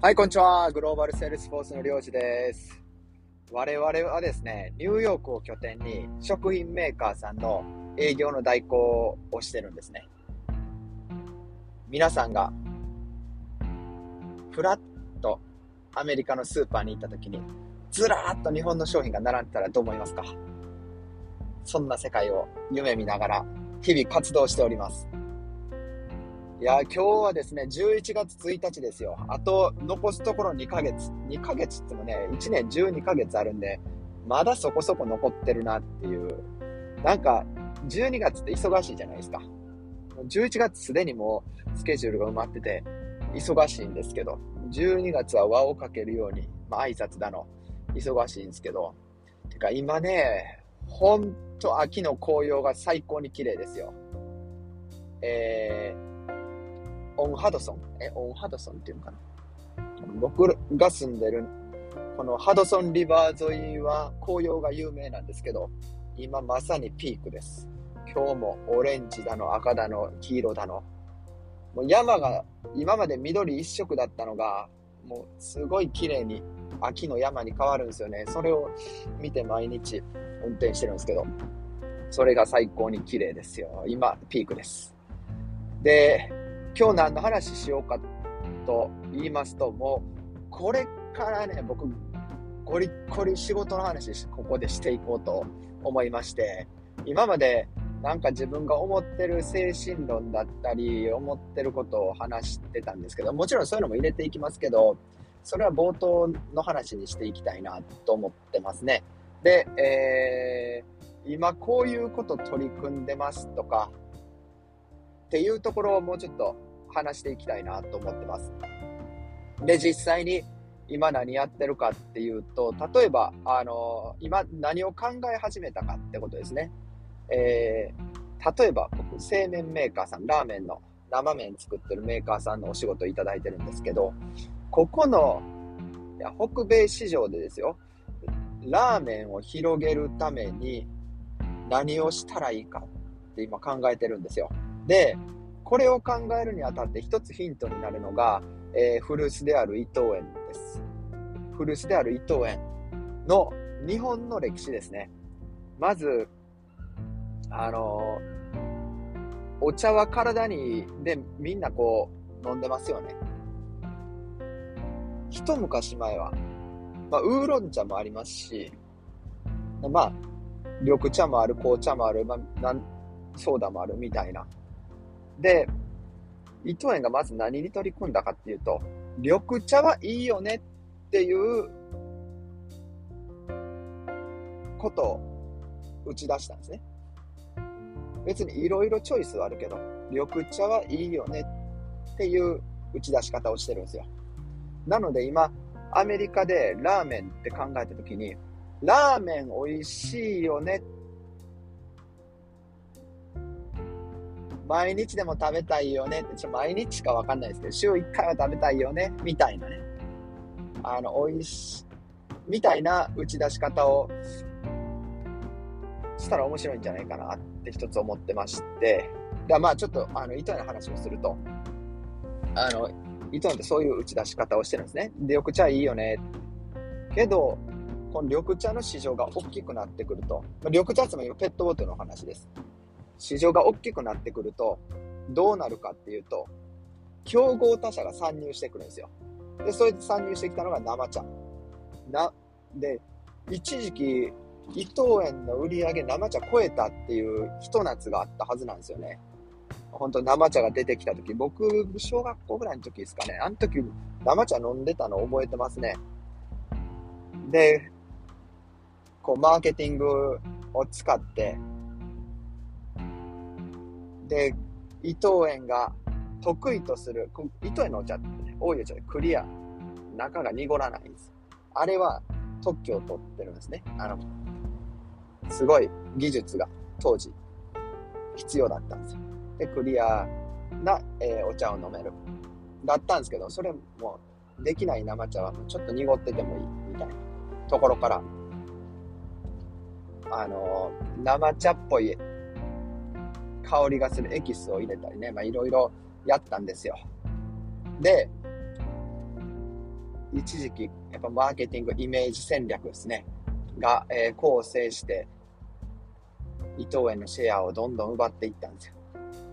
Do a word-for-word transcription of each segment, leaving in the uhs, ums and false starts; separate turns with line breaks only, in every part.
はい、こんにちは。グローバルセールスフォースのりょうじです。我々はですね、ニューヨークを拠点に食品メーカーさんの営業の代行をしてるんですね。皆さんがフラッとアメリカのスーパーに行った時にずらーっと日本の商品が並んでたらどう思いますか？そんな世界を夢見ながら日々活動しております。いや、今日はですね、じゅういちがつついたちですよ。あと、残すところにかげつ。にかげつってもね、いちねんじゅうにかげつあるんで、まだそこそこ残ってるなっていう。なんか、じゅうにがつって忙しいじゃないですか。じゅういちがつすでにもうスケジュールが埋まってて、忙しいんですけど、じゅうにがつは輪をかけるように、まあ挨拶だの、忙しいんですけど、てか今ね、ほんと秋の紅葉が最高に綺麗ですよ。えー、オンハドソン、え、オンハドソンっていうのかな。僕が住んでる、このハドソンリバー沿いは紅葉が有名なんですけど、今まさにピークです。今日もオレンジだの、赤だの、黄色だの。もう山が今まで緑一色だったのが、もうすごい綺麗に秋の山に変わるんですよね。それを見て毎日運転してるんですけど、それが最高に綺麗ですよ。今、ピークです。で、今日何の話しようかと言いますと、もうこれからね、僕ゴリッゴリ仕事の話ここでしていこうと思いまして、今までなんか自分が思ってる精神論だったり思ってることを話してたんですけど、もちろんそういうのも入れていきますけど、それは冒頭の話にしていきたいなと思ってますね。で、えー、今こういうこと取り組んでますとかっていうところをもうちょっと話していきたいなと思ってます。で、実際に今何やってるかっていうと、例えば、あの、今何を考え始めたかってことですね。えー、例えば僕、製麺メーカーさん、ラーメンの生麺作ってるメーカーさんのお仕事いただいてるんですけど、ここのいや北米市場でですよ、ラーメンを広げるために何をしたらいいかって今考えてるんですよ。で、これを考えるにあたって一つヒントになるのが、えー、古巣である伊藤園です。古巣である伊藤園の日本の歴史ですね。まず、あのー、お茶は体にでみんなこう飲んでますよね。一昔前は、まあ、ウーロン茶もありますし、まあ、緑茶もある、紅茶もある、まあ、なんソーダもあるみたいな。で、伊藤園がまず何に取り組んだかっていうと、緑茶はいいよねっていうことを打ち出したんですね。別にいろいろチョイスはあるけど、緑茶はいいよねっていう打ち出し方をしてるんですよ。なので今、アメリカでラーメンって考えたときに、ラーメン美味しいよね、毎日でも食べたいよねって、ちょ毎日しかわかんないですけど、週いっかいは食べたいよねみたいなね、あの美味しいみたいな打ち出し方をしたら面白いんじゃないかなって一つ思ってまして、でまあちょっとあの糸の話をすると、あの糸ってそういう打ち出し方をしてるんですね。で、緑茶いいよねけど、この緑茶の市場が大きくなってくると、まあ、緑茶っても今ペットボトルの話です。市場が大きくなってくるとどうなるかっていうと、競合他社が参入してくるんですよ。で、それで参入してきたのが生茶なで、一時期伊藤園の売り上げ生茶超えたっていうひと夏があったはずなんですよね。本当生茶が出てきた時、僕小学校ぐらいの時ですかね、あの時生茶飲んでたの覚えてますね。で、こうマーケティングを使って、で、伊藤園が得意とする、伊藤園のお茶ってね、多いお茶でクリア、中が濁らないんです。あれは特許を取ってるんですね。あの、すごい技術が当時必要だったんですよ。で、クリアな、えー、お茶を飲める。だったんですけど、それもできない生茶はちょっと濁っててもいいみたいなところから、あのー、生茶っぽい香りがするエキスを入れたりね、まあいろいろやったんですよ。で、 一時期、やっぱマーケティング、イメージ戦略ですね。が、えー、構成して、伊藤園のシェアをどんどん奪っていったんですよ。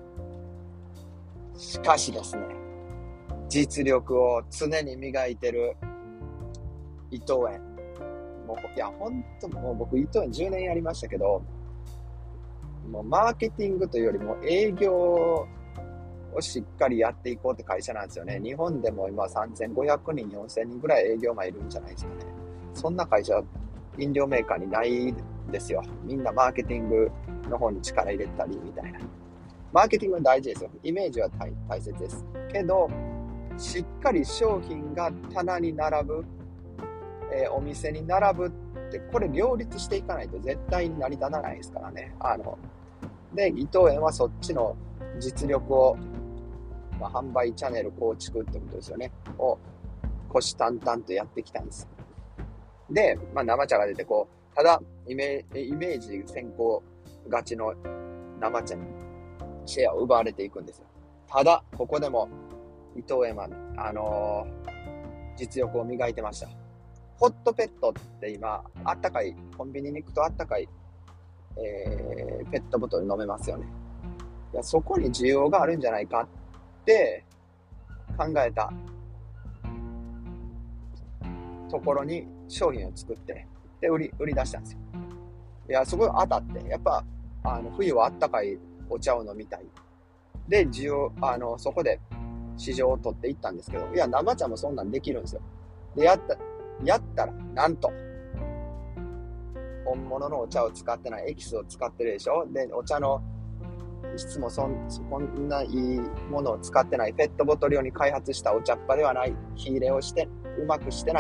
しかしですね、実力を常に磨いてる伊藤園。もう、いや、ほんと、もう僕、伊藤園じゅうねんやりましたけど、もうマーケティングというよりも営業をしっかりやっていこうって会社なんですよね。日本でも今さんぜんごひゃくにん、よんせんにんぐらい営業マンいるんじゃないですかね。そんな会社、飲料メーカーにないですよ。みんなマーケティングの方に力入れたりみたいな。マーケティングは大事ですよ。イメージは 大, 大切です。けど、しっかり商品が棚に並ぶ、えー、お店に並ぶって、これ両立していかないと絶対に成り立たないですからね。あの、で、伊藤園はそっちの実力を、まあ、販売チャンネル構築ってことですよね。を、虎視眈々とやってきたんです。で、まあ、生茶が出て、こう、ただイメ、イメージ先行がちの生茶にシェアを奪われていくんですよ。ただ、ここでも伊藤園は、あのー、実力を磨いてました。ホットペットって今、あったかい、コンビニに行くとあったかい、えー、ペットボトル飲めますよね。いや、そこに需要があるんじゃないかって考えたところに商品を作って、で、売り、売り出したんですよ。いや、そこ当たって、やっぱ、あの、冬はあったかいお茶を飲みたい。で、需要、あの、そこで市場を取っていったんですけど、いや、生茶もそんなんできるんですよ。で、やった、やったら、なんと、本物のお茶を使ってないエキスを使ってるでしょ。で、お茶の質もそん、こんないいものを使ってない、ペットボトル用に開発したお茶っ葉ではない、火入れをして、うまくしてない。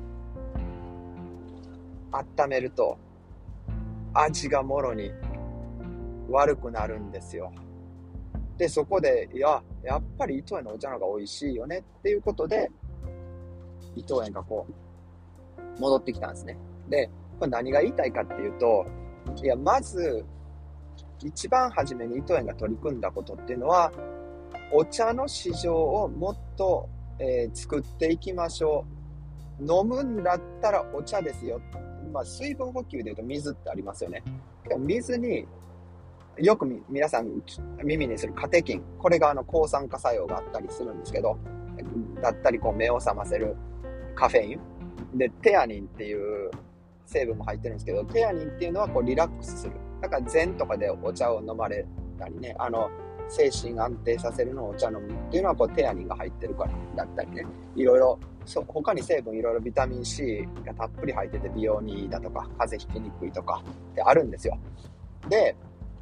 温めると、味がもろに悪くなるんですよ。で、そこで、いや、やっぱり伊藤園のお茶の方が美味しいよねっていうことで、伊藤園がこう、戻ってきたんですね。で、これ何が言いたいかっていうと、いや、まず、一番初めに伊藤園が取り組んだことっていうのは、お茶の市場をもっと、えー、作っていきましょう。飲むんだったらお茶ですよ。まあ、水分補給でいうと水ってありますよね。水によく皆さん耳にするカテキン、これがあの抗酸化作用があったりするんですけど、だったりこう目を覚ませるカフェインで、テアニンっていう成分も入ってるんですけど、テアニンっていうのはこうリラックスする。だから禅とかでお茶を飲まれたりね、あの精神安定させるのをお茶飲むっていうのはこうテアニンが入ってるからだったりね、いろいろそ他に成分いろいろビタミン C がたっぷり入ってて美容にいいだとか風邪ひきにくいとかってあるんですよ。で、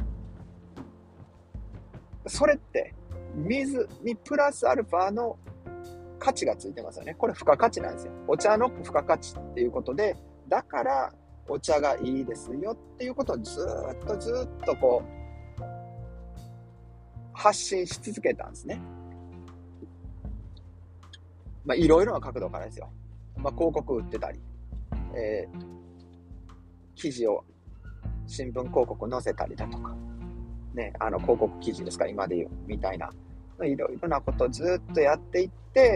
それって水にプラスアルファの価値がついてますよね。これ付加価値なんですよ。お茶の付加価値っていうことで、だからお茶がいいですよっていうことをずっとずっとこう発信し続けたんですね。まあいろいろな角度からですよ。まあ広告売ってたり、えー、記事を新聞広告載せたりだとか、ね、あの広告記事ですか今で言うみたいな、いろいろなことをずっとやっていって、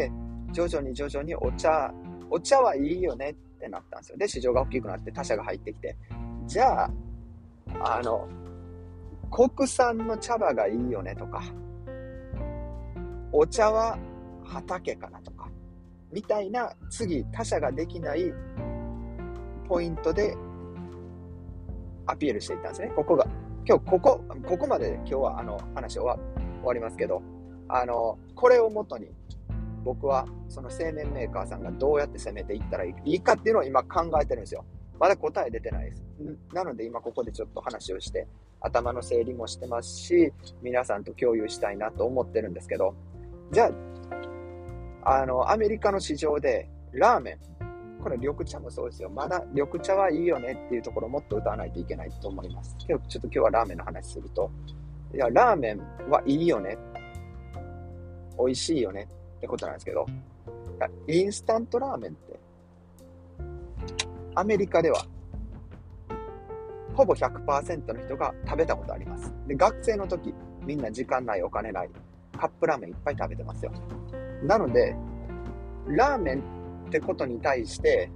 徐々に徐々にお茶、お茶はいいよねってなったんですよ。で、市場が大きくなって他社が入ってきて、じゃあ、あの、国産の茶葉がいいよねとか、お茶は畑からとか、みたいな次他社ができないポイントでアピールしていったんですね。ここが、今日ここ、ここまで今日はあの話終わ、終わりますけど、あの、これをもとに僕はその製麺メーカーさんがどうやって攻めていったらいいかっていうのを今考えてるんですよ。まだ答え出てないです。なので今ここでちょっと話をして頭の整理もしてますし、皆さんと共有したいなと思ってるんですけど、じゃあ、あの、アメリカの市場でラーメン、これ緑茶もそうですよ。まだ緑茶はいいよねっていうところをもっと歌わないといけないと思います。けどちょっと今日はラーメンの話すると、いや、ラーメンはいいよね。美味しいよねってことなんですけど、インスタントラーメンってアメリカではほぼ ひゃくパーセント の人が食べたことあります。で、学生の時みんな時間ないお金ないカップラーメンいっぱい食べてますよ。なのでラーメンってことに対して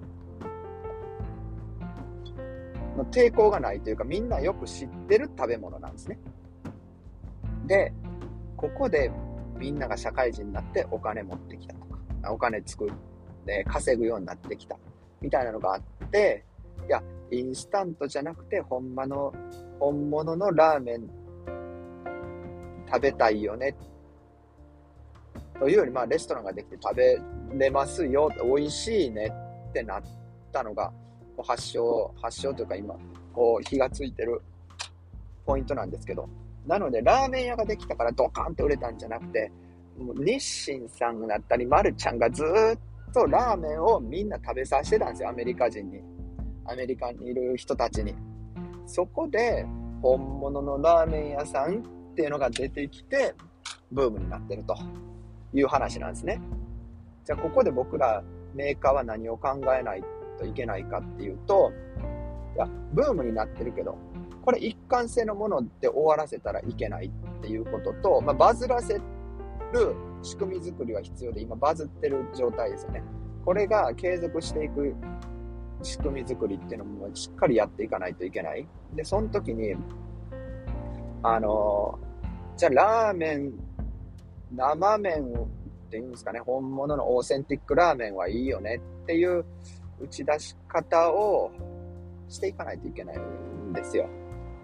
の抵抗がないというか、みんなよく知ってる食べ物なんですね。で、ここでみんなが社会人になってお金持ってきたとか、お金作って稼ぐようになってきたみたいなのがあって、いや、インスタントじゃなくてほんまの本物のラーメン食べたいよねというより、まあレストランができて食べれますよ、美味しいねってなったのが発祥発祥というか、今こう火がついてるポイントなんですけど、なのでラーメン屋ができたからドカンと売れたんじゃなくて、もう日清さんだったりマルちゃんがずーっとラーメンをみんな食べさせてたんですよ。アメリカ人に、アメリカにいる人たちに。そこで本物のラーメン屋さんっていうのが出てきてブームになってるという話なんですね。じゃあここで僕らメーカーは何を考えないといけないかっていうと、いやブームになってるけど、これ一貫性のもので終わらせたらいけないっていうことと、まあ、バズらせる仕組み作りは必要で、今バズってる状態ですよね。これが継続していく仕組み作りっていうのもしっかりやっていかないといけない。で、その時にあのじゃあラーメン、生麺っていうんですかね、本物のオーセンティックラーメンはいいよねっていう打ち出し方をしていかないといけないんですよ。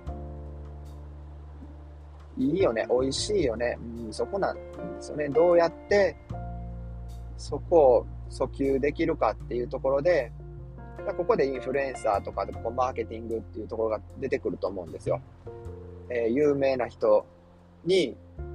いいよね、美味しいよね、うん、そこなんですよね。どうやってそこを訴求できるかっていうところで、ここでインフルエンサーとかでこうマーケティングっていうところが出てくると思うんですよ。えー、有名な人に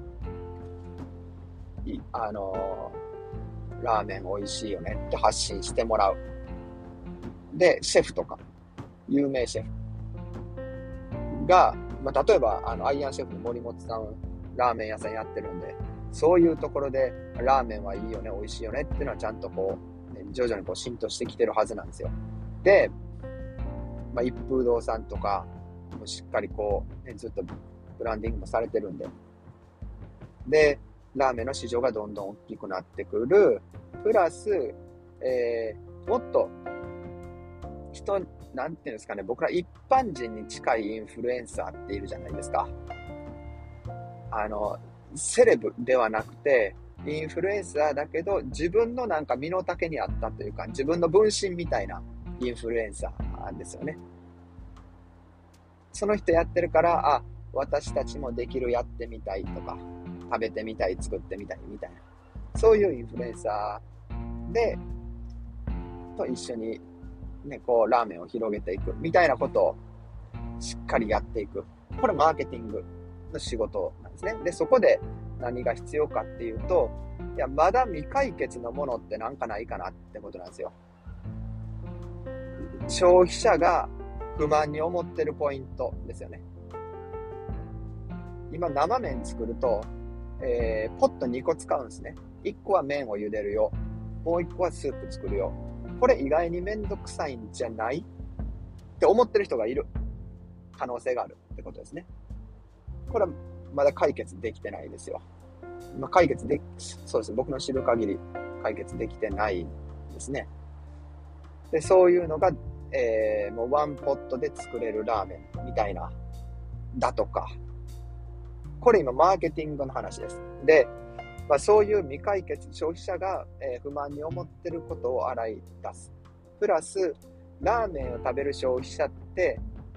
あのー、ラーメン美味しいよねって発信してもらう。で、シェフとか有名シェフが、まあ、例えばあのアイアンシェフの森本さんラーメン屋さんやってるんで、そういうところでラーメンはいいよね、美味しいよねっていうのはちゃんとこう、ね、徐々にこう浸透してきてるはずなんですよ。で、まあ、一風堂さんとかもしっかりこう、ね、ずっとブランディングもされてるんで、でラーメンの市場がどんどん大きくなってくる。プラス、えー、もっと人、なんていうんですかね、僕ら一般人に近いインフルエンサーっているじゃないですか。あの、セレブではなくて、インフルエンサーだけど、自分のなんか身の丈にあったというか、自分の分身みたいなインフルエンサーですよね。その人やってるから、あ、私たちもできる、やってみたいとか、食べてみたい、作ってみたいみたいな、そういうインフルエンサーでと一緒にね、こうラーメンを広げていくみたいなことをしっかりやっていく。これマーケティングの仕事なんですね。で、そこで何が必要かっていうと、いや、まだ未解決のものってなんかないかなってことなんですよ。消費者が不満に思ってるポイントですよね。今生麺作ると、えー、ポットにこ使うんですね。いっこは麺を茹でるよ。もういっこはスープ作るよ。これ意外にめんどくさいんじゃないって思ってる人がいる可能性があるってことですね。これはまだ解決できてないですよ。まあ、解決で、そうですね。僕の知る限り解決できてないですね。で、そういうのが、えー、もうワンポットで作れるラーメンみたいな、だとか。これ今マーケティングの話です。で、まあ、そういう未解決、消費者が、えー、不満に思ってることを洗い出す。プラス、ラーメンを食べる消費者って、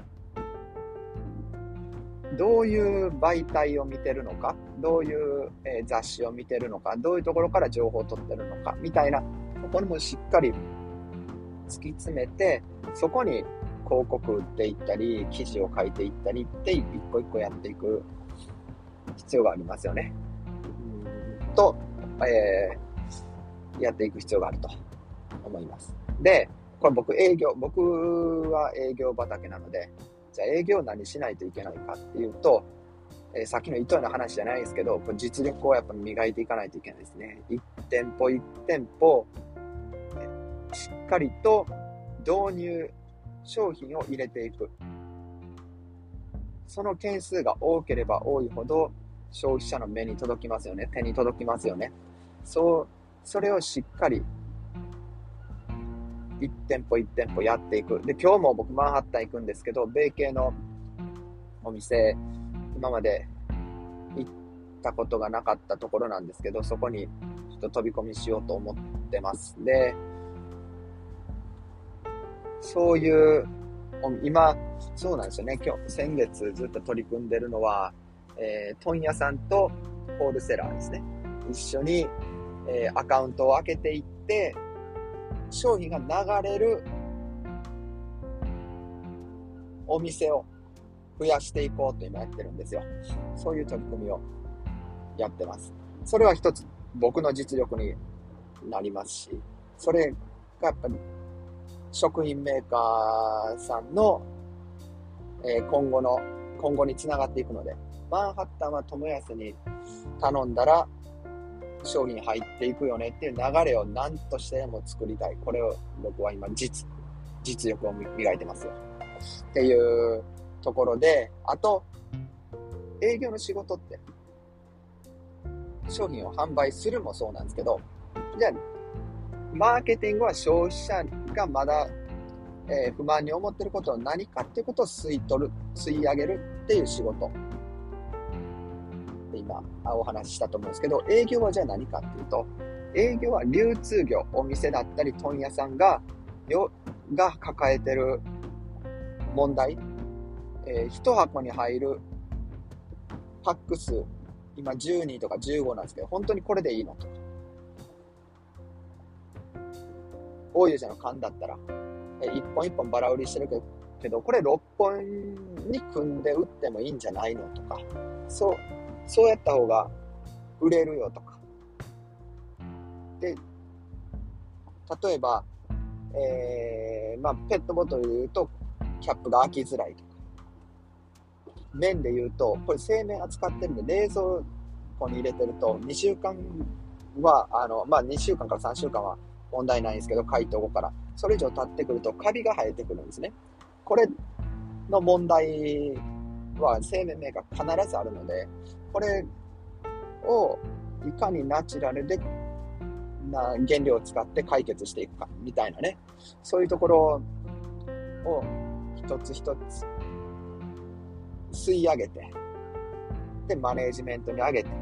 どういう媒体を見てるのか、どういう、えー、雑誌を見てるのか、どういうところから情報を取ってるのか、みたいな、これもしっかり突き詰めて、そこに広告売っていったり、記事を書いていったりって、一個一個やっていく必要がありますよね。と、えー、やっていく必要があると思います。で、これ僕営業、僕は営業畑なので、じゃあ営業何しないといけないかっていうと、えー、さっきの糸の話じゃないですけど、これ実力をやっぱ磨いていかないといけないですね。一店舗一店舗、しっかりと導入商品を入れていく。その件数が多ければ多いほど消費者の目に届きますよね。手に届きますよね。そう、それをしっかりいち店舗いち店舗やっていく。で、今日も僕マンハッタン行くんですけど、米系のお店、今まで行ったことがなかったところなんですけど、そこにちょっと飛び込みしようと思ってます。で、そういう、今、そうなんですよね。今日、先月ずっと取り組んでるのは、えー、問屋さんとホールセラーですね。一緒に、えー、アカウントを開けていって、商品が流れるお店を増やしていこうと今やってるんですよ。そういう取り組みをやってます。それは一つ僕の実力になりますし、それがやっぱり食品メーカーさんの、えー、今後の今後につながっていくので、マンハッタンは友安に頼んだら商品入っていくよねっていう流れを何としても作りたい。これを僕は今実実力を磨いてますよっていうところで、あと営業の仕事って商品を販売するもそうなんですけど、じゃあマーケティングは消費者がまだ、えー、不満に思ってることは何かっていうことを吸い取る、吸い上げるっていう仕事で今お話ししたと思うんですけど、営業はじゃあ何かっていうと、営業は流通業、お店だったり問屋さんがよが抱えてる問題、えー、一箱に入るパック数今じゅうにとかじゅうごなんですけど、本当にこれでいいのとか、大湯社の缶だったら、えー、いっぽんいっぽんバラ売りしてるけど、これろっぽんに組んで売ってもいいんじゃないのとか、そうそうやった方が売れるよとか。で、例えば、えー、まあ、ペットボトルで言うと、キャップが開きづらいとか。麺で言うと、これ製麺扱ってるんで、冷蔵庫に入れてると、にしゅうかんは、あの、まあ、にしゅうかんからさんしゅうかんは問題ないんですけど、解凍後から。それ以上経ってくると、カビが生えてくるんですね。これの問題は製麺メーカー必ずあるので、これをいかにナチュラルでな原料を使って解決していくかみたいなね、そういうところを一つ一つ吸い上げて、でマネージメントに上げて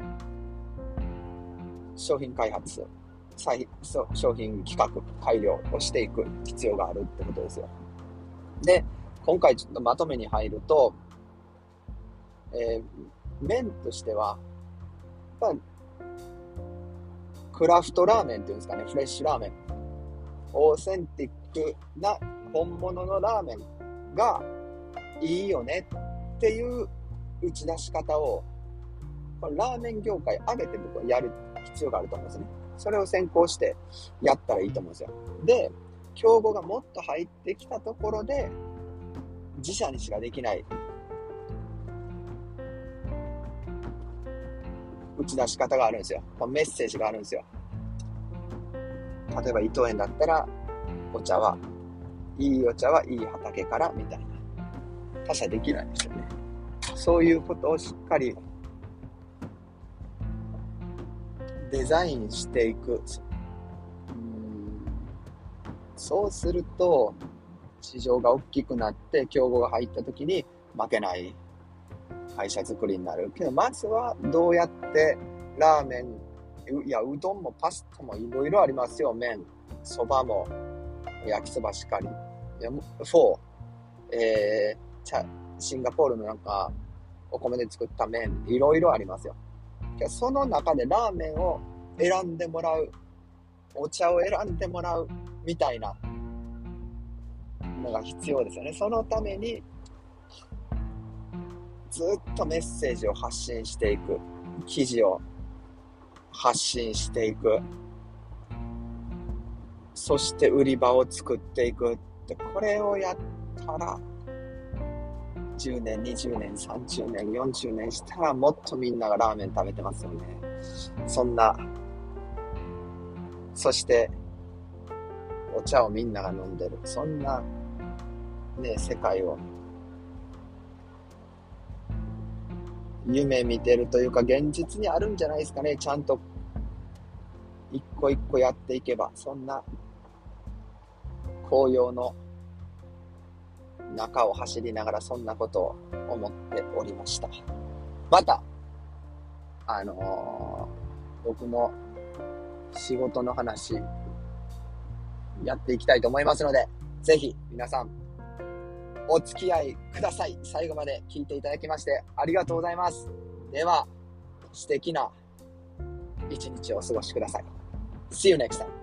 商品開発、商品企画改良をしていく必要があるってことですよ。で、今回ちょっとまとめに入ると、えー麺としては、やっぱクラフトラーメンっていうんですかね、フレッシュラーメン。オーセンティックな本物のラーメンがいいよねっていう打ち出し方を、このラーメン業界上げて僕はやる必要があると思うんですね。それを先行してやったらいいと思うんですよ。で、競合がもっと入ってきたところで、自社にしかできない打ち出し方があるんですよ。メッセージがあるんですよ。例えば伊藤園だったら、お茶はいいお茶はいい畑からみたいな、他社できないですよね。そういうことをしっかりデザインしていく。うーんそうすると市場が大きくなって競合が入った時に負けない会社作りになるけど、まずはどうやってラーメン、いやうどんもパスタもいろいろありますよ。麺、そばも焼きそばしかり、いやフォー、えー、シンガポールのなんかお米で作った麺、いろいろありますよ。その中でラーメンを選んでもらう、お茶を選んでもらうみたいなのが必要ですよね。そのためにずっとメッセージを発信していく、記事を発信していく、そして売り場を作っていくって、これをやったらじゅうねん、にじゅうねん、さんじゅうねん、よんじゅうねんしたらもっとみんながラーメン食べてますよね。そんな、そしてお茶をみんなが飲んでる、そんなね世界を夢見てるというか現実にあるんじゃないですかね。ちゃんと一個一個やっていけば、そんな紅葉の中を走りながらそんなことを思っておりました。また、あのー、僕も仕事の話やっていきたいと思いますので、ぜひ皆さんお付き合いください。最後まで聞いていただきましてありがとうございます。では、素敵な一日をお過ごしください。See you next time.